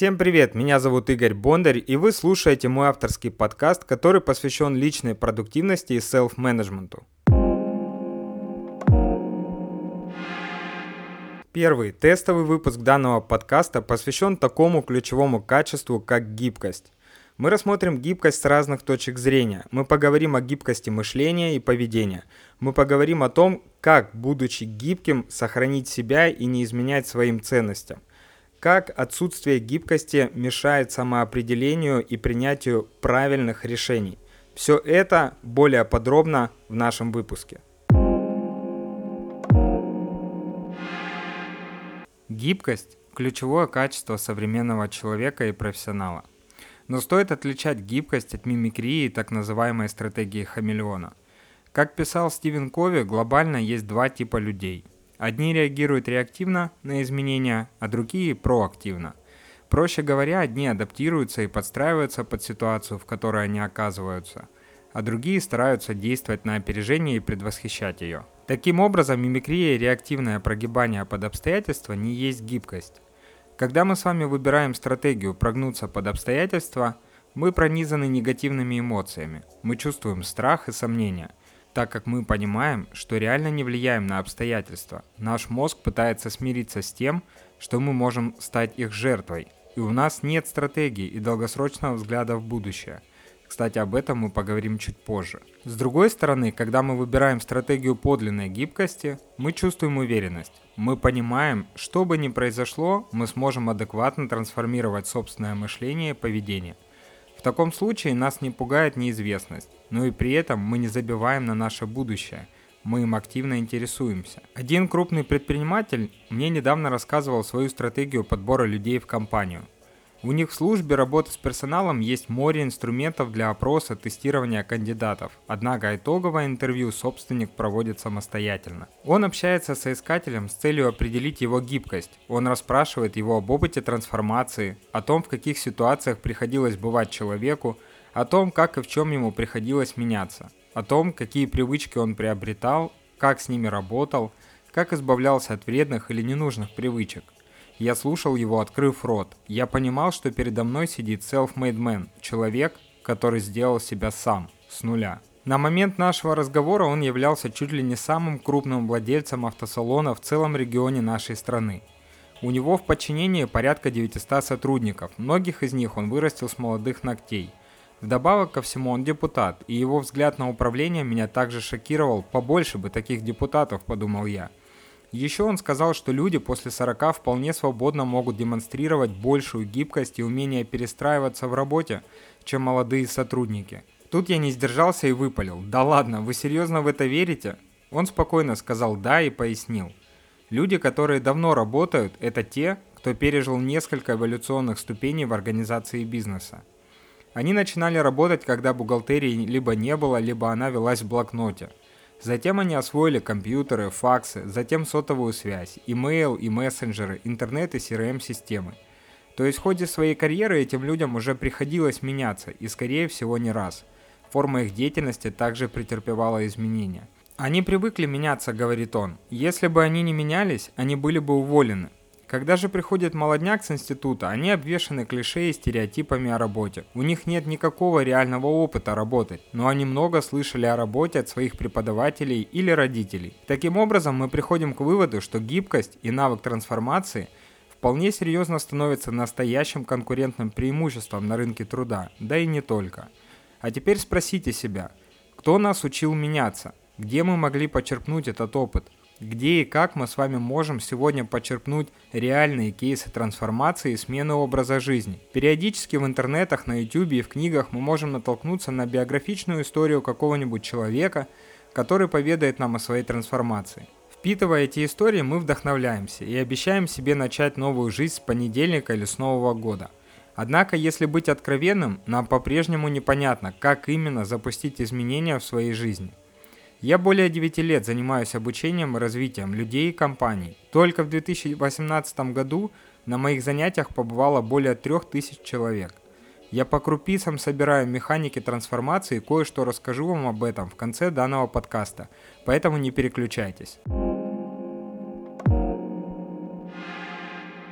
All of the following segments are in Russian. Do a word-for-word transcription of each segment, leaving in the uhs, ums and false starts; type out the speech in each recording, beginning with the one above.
Всем привет, меня зовут Игорь Бондарь, и вы слушаете мой авторский подкаст, который посвящен личной продуктивности и селф-менеджменту. Первый тестовый выпуск данного подкаста посвящен такому ключевому качеству, как гибкость. Мы рассмотрим гибкость с разных точек зрения. Мы поговорим о гибкости мышления и поведения. Мы поговорим о том, как, будучи гибким, сохранить себя и не изменять своим ценностям. Как отсутствие гибкости мешает самоопределению и принятию правильных решений. Все это более подробно в нашем выпуске. Гибкость – ключевое качество современного человека и профессионала. Но стоит отличать гибкость от мимикрии, так называемой стратегии хамелеона. Как писал Стивен Кови, глобально есть два типа людей. Одни реагируют реактивно на изменения, а другие проактивно. Проще говоря, одни адаптируются и подстраиваются под ситуацию, в которой они оказываются, а другие стараются действовать на опережение и предвосхищать ее. Таким образом, мимикрия и реактивное прогибание под обстоятельства не есть гибкость. Когда мы с вами выбираем стратегию прогнуться под обстоятельства, мы пронизаны негативными эмоциями, мы чувствуем страх и сомнения. Так как мы понимаем, что реально не влияем на обстоятельства, наш мозг пытается смириться с тем, что мы можем стать их жертвой, и у нас нет стратегии и долгосрочного взгляда в будущее. Кстати, об этом мы поговорим чуть позже. С другой стороны, когда мы выбираем стратегию подлинной гибкости, мы чувствуем уверенность. Мы понимаем, что бы ни произошло, мы сможем адекватно трансформировать собственное мышление и поведение. В таком случае нас не пугает неизвестность, но и при этом мы не забиваем на наше будущее, мы им активно интересуемся. Один крупный предприниматель мне недавно рассказывал свою стратегию подбора людей в компанию. У них в службе работы с персоналом есть море инструментов для опроса, тестирования кандидатов, однако итоговое интервью собственник проводит самостоятельно. Он общается с соискателем с целью определить его гибкость. Он расспрашивает его об опыте трансформации, о том, в каких ситуациях приходилось бывать человеку, о том, как и в чем ему приходилось меняться, о том, какие привычки он приобретал, как с ними работал, как избавлялся от вредных или ненужных привычек. Я слушал его, открыв рот. Я понимал, что передо мной сидит self-made man, человек, который сделал себя сам, с нуля. На момент нашего разговора он являлся чуть ли не самым крупным владельцем автосалона в целом регионе нашей страны. У него в подчинении порядка девятьсот сотрудников, многих из них он вырастил с молодых ногтей. Вдобавок ко всему он депутат, и его взгляд на управление меня также шокировал. Побольше бы таких депутатов, подумал я. Еще он сказал, что люди после сорока вполне свободно могут демонстрировать большую гибкость и умение перестраиваться в работе, чем молодые сотрудники. Тут я не сдержался и выпалил: «Да ладно, вы серьезно в это верите?» Он спокойно сказал «да» и пояснил. Люди, которые давно работают, это те, кто пережил несколько эволюционных ступеней в организации бизнеса. Они начинали работать, когда бухгалтерии либо не было, либо она велась в блокноте. Затем они освоили компьютеры, факсы, затем сотовую связь, имейл и мессенджеры, интернет и си эр эм-системы. То есть в ходе своей карьеры этим людям уже приходилось меняться, и скорее всего не раз. Форма их деятельности также претерпевала изменения. «Они привыкли меняться», — говорит он. «Если бы они не менялись, они были бы уволены». Когда же приходит молодняк с института, они обвешаны клише и стереотипами о работе. У них нет никакого реального опыта работать, но они много слышали о работе от своих преподавателей или родителей. Таким образом, мы приходим к выводу, что гибкость и навык трансформации вполне серьезно становятся настоящим конкурентным преимуществом на рынке труда, да и не только. А теперь спросите себя, кто нас учил меняться? Где мы могли почерпнуть этот опыт? Где и как мы с вами можем сегодня почерпнуть реальные кейсы трансформации и смены образа жизни? Периодически в интернетах, на ютубе и в книгах мы можем натолкнуться на биографичную историю какого-нибудь человека, который поведает нам о своей трансформации. Впитывая эти истории, мы вдохновляемся и обещаем себе начать новую жизнь с понедельника или с Нового года. Однако, если быть откровенным, нам по-прежнему непонятно, как именно запустить изменения в своей жизни. Я более девяти лет занимаюсь обучением и развитием людей и компаний. Только в две тысячи восемнадцатом году на моих занятиях побывало более трех тысяч человек. Я по крупицам собираю механики трансформации и кое-что расскажу вам об этом в конце данного подкаста, поэтому не переключайтесь.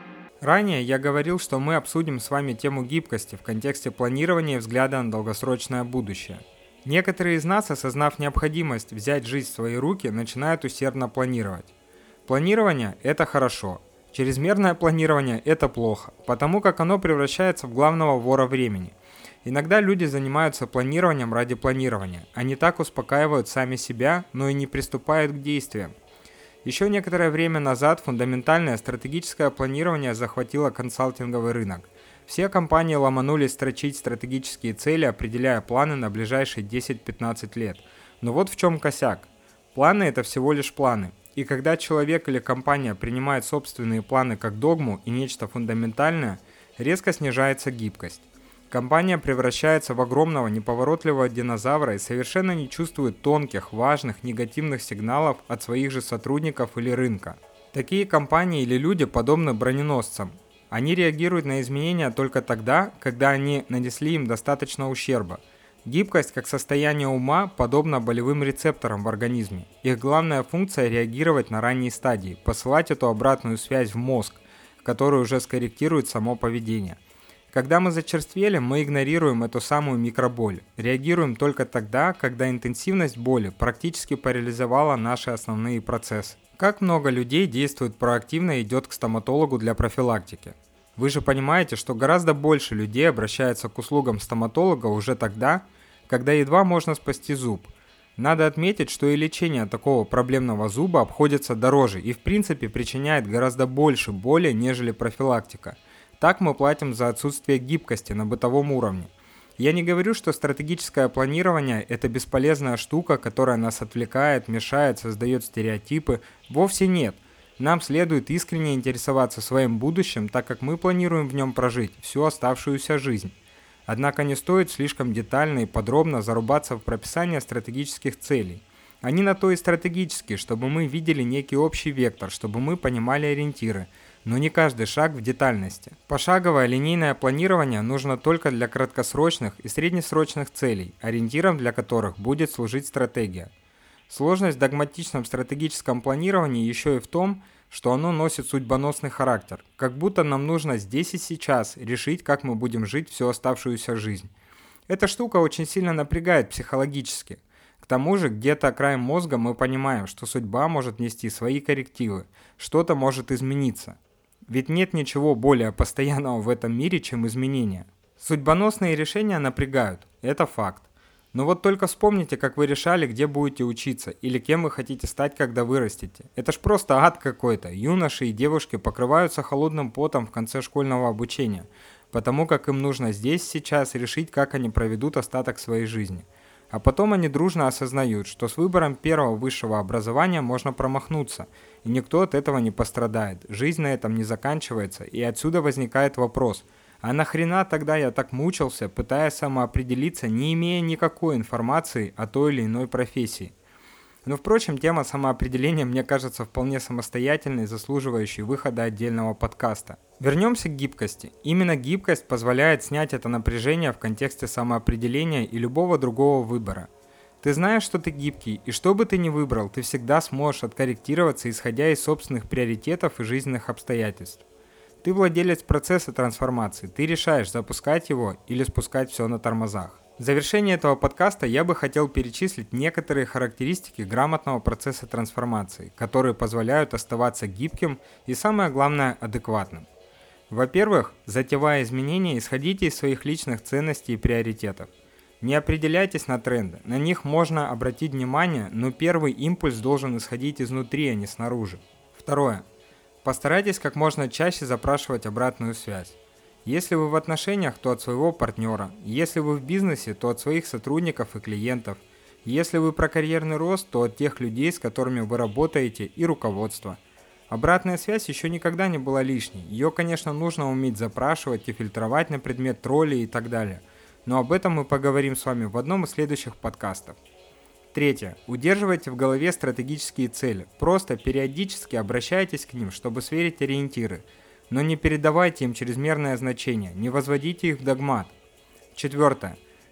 Ранее я говорил, что мы обсудим с вами тему гибкости в контексте планирования и взгляда на долгосрочное будущее. Некоторые из нас, осознав необходимость взять жизнь в свои руки, начинают усердно планировать. Планирование – это хорошо. Чрезмерное планирование – это плохо, потому как оно превращается в главного вора времени. Иногда люди занимаются планированием ради планирования. Они так успокаивают сами себя, но и не приступают к действиям. Еще некоторое время назад фундаментальное стратегическое планирование захватило консалтинговый рынок. Все компании ломанулись строчить стратегические цели, определяя планы на ближайшие десять-пятнадцать лет. Но вот в чем косяк. Планы – это всего лишь планы. И когда человек или компания принимает собственные планы как догму и нечто фундаментальное, резко снижается гибкость. Компания превращается в огромного неповоротливого динозавра и совершенно не чувствует тонких, важных, негативных сигналов от своих же сотрудников или рынка. Такие компании или люди подобны броненосцам. Они реагируют на изменения только тогда, когда они нанесли им достаточно ущерба. Гибкость как состояние ума подобна болевым рецепторам в организме. Их главная функция – реагировать на ранние стадии, посылать эту обратную связь в мозг, который уже скорректирует само поведение. Когда мы зачерствели, мы игнорируем эту самую микроболь. Реагируем только тогда, когда интенсивность боли практически парализовала наши основные процессы. Как много людей действует проактивно и идет к стоматологу для профилактики? Вы же понимаете, что гораздо больше людей обращаются к услугам стоматолога уже тогда, когда едва можно спасти зуб. Надо отметить, что и лечение такого проблемного зуба обходится дороже и в принципе причиняет гораздо больше боли, нежели профилактика. Так мы платим за отсутствие гибкости на бытовом уровне. Я не говорю, что стратегическое планирование – это бесполезная штука, которая нас отвлекает, мешает, создает стереотипы. Вовсе нет. Нам следует искренне интересоваться своим будущим, так как мы планируем в нем прожить всю оставшуюся жизнь. Однако не стоит слишком детально и подробно зарубаться в прописание стратегических целей. Они на то и стратегические, чтобы мы видели некий общий вектор, чтобы мы понимали ориентиры, но не каждый шаг в детальности. Пошаговое линейное планирование нужно только для краткосрочных и среднесрочных целей, ориентиром для которых будет служить стратегия. Сложность в догматичном стратегическом планировании еще и в том, что оно носит судьбоносный характер, как будто нам нужно здесь и сейчас решить, как мы будем жить всю оставшуюся жизнь. Эта штука очень сильно напрягает психологически. К тому же, где-то краем мозга мы понимаем, что судьба может нести свои коррективы, что-то может измениться. Ведь нет ничего более постоянного в этом мире, чем изменения. Судьбоносные решения напрягают, это факт. Но вот только вспомните, как вы решали, где будете учиться, или кем вы хотите стать, когда вырастете. Это ж просто ад какой-то. Юноши и девушки покрываются холодным потом в конце школьного обучения, потому как им нужно здесь сейчас решить, как они проведут остаток своей жизни. А потом они дружно осознают, что с выбором первого высшего образования можно промахнуться, и никто от этого не пострадает. Жизнь на этом не заканчивается, и отсюда возникает вопрос: а нахрена тогда я так мучился, пытаясь самоопределиться, не имея никакой информации о той или иной профессии? Но, впрочем, тема самоопределения мне кажется вполне самостоятельной, заслуживающей выхода отдельного подкаста. Вернемся к гибкости. Именно гибкость позволяет снять это напряжение в контексте самоопределения и любого другого выбора. Ты знаешь, что ты гибкий, и что бы ты ни выбрал, ты всегда сможешь откорректироваться, исходя из собственных приоритетов и жизненных обстоятельств. Ты владелец процесса трансформации, ты решаешь, запускать его или спускать все на тормозах. В завершение этого подкаста я бы хотел перечислить некоторые характеристики грамотного процесса трансформации, которые позволяют оставаться гибким и, самое главное, адекватным. Во-первых, затевая изменения, исходите из своих личных ценностей и приоритетов. Не определяйтесь на тренды, на них можно обратить внимание, но первый импульс должен исходить изнутри, а не снаружи. Второе. Постарайтесь как можно чаще запрашивать обратную связь. Если вы в отношениях, то от своего партнера. Если вы в бизнесе, то от своих сотрудников и клиентов. Если вы про карьерный рост, то от тех людей, с которыми вы работаете, и руководства. Обратная связь еще никогда не была лишней. Ее, конечно, нужно уметь запрашивать и фильтровать на предмет троллей и так далее. Но об этом мы поговорим с вами в одном из следующих подкастов. Третье. Удерживайте в голове стратегические цели. Просто периодически обращайтесь к ним, чтобы сверить ориентиры. Но не передавайте им чрезмерное значение, не возводите их в догмат. Четвертое.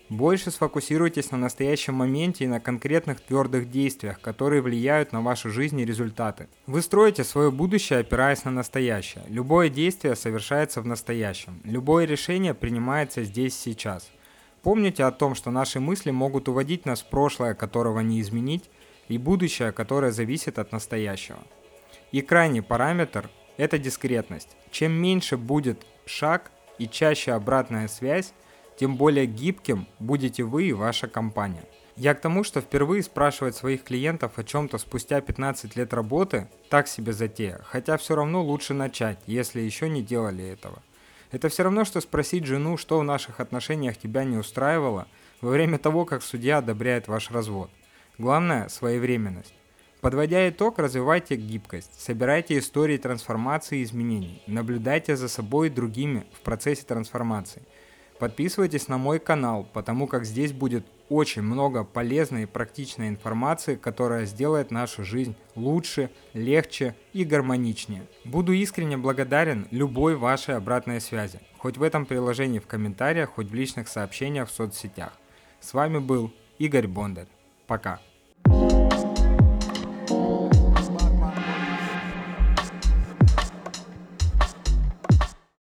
Больше сфокусируйтесь на настоящем моменте и на конкретных твердых действиях, которые влияют на вашу жизнь и результаты. Вы строите свое будущее, опираясь на настоящее. Любое действие совершается в настоящем. Любое решение принимается здесь сейчас. Помните о том, что наши мысли могут уводить нас в прошлое, которого не изменить, и будущее, которое зависит от настоящего. И крайний параметр – это дискретность. Чем меньше будет шаг и чаще обратная связь, тем более гибким будете вы и ваша компания. Я к тому, что впервые спрашивать своих клиентов о чем-то спустя пятнадцать лет работы – так себе затея, хотя все равно лучше начать, если еще не делали этого. Это все равно, что спросить жену, что в наших отношениях тебя не устраивало, во время того, как судья одобряет ваш развод. Главное – своевременность. Подводя итог, развивайте гибкость, собирайте истории трансформации и изменений, наблюдайте за собой и другими в процессе трансформации. Подписывайтесь на мой канал, потому как здесь будет очень много полезной и практичной информации, которая сделает нашу жизнь лучше, легче и гармоничнее. Буду искренне благодарен любой вашей обратной связи, хоть в этом приложении в комментариях, хоть в личных сообщениях в соцсетях. С вами был Игорь Бондарь. Пока.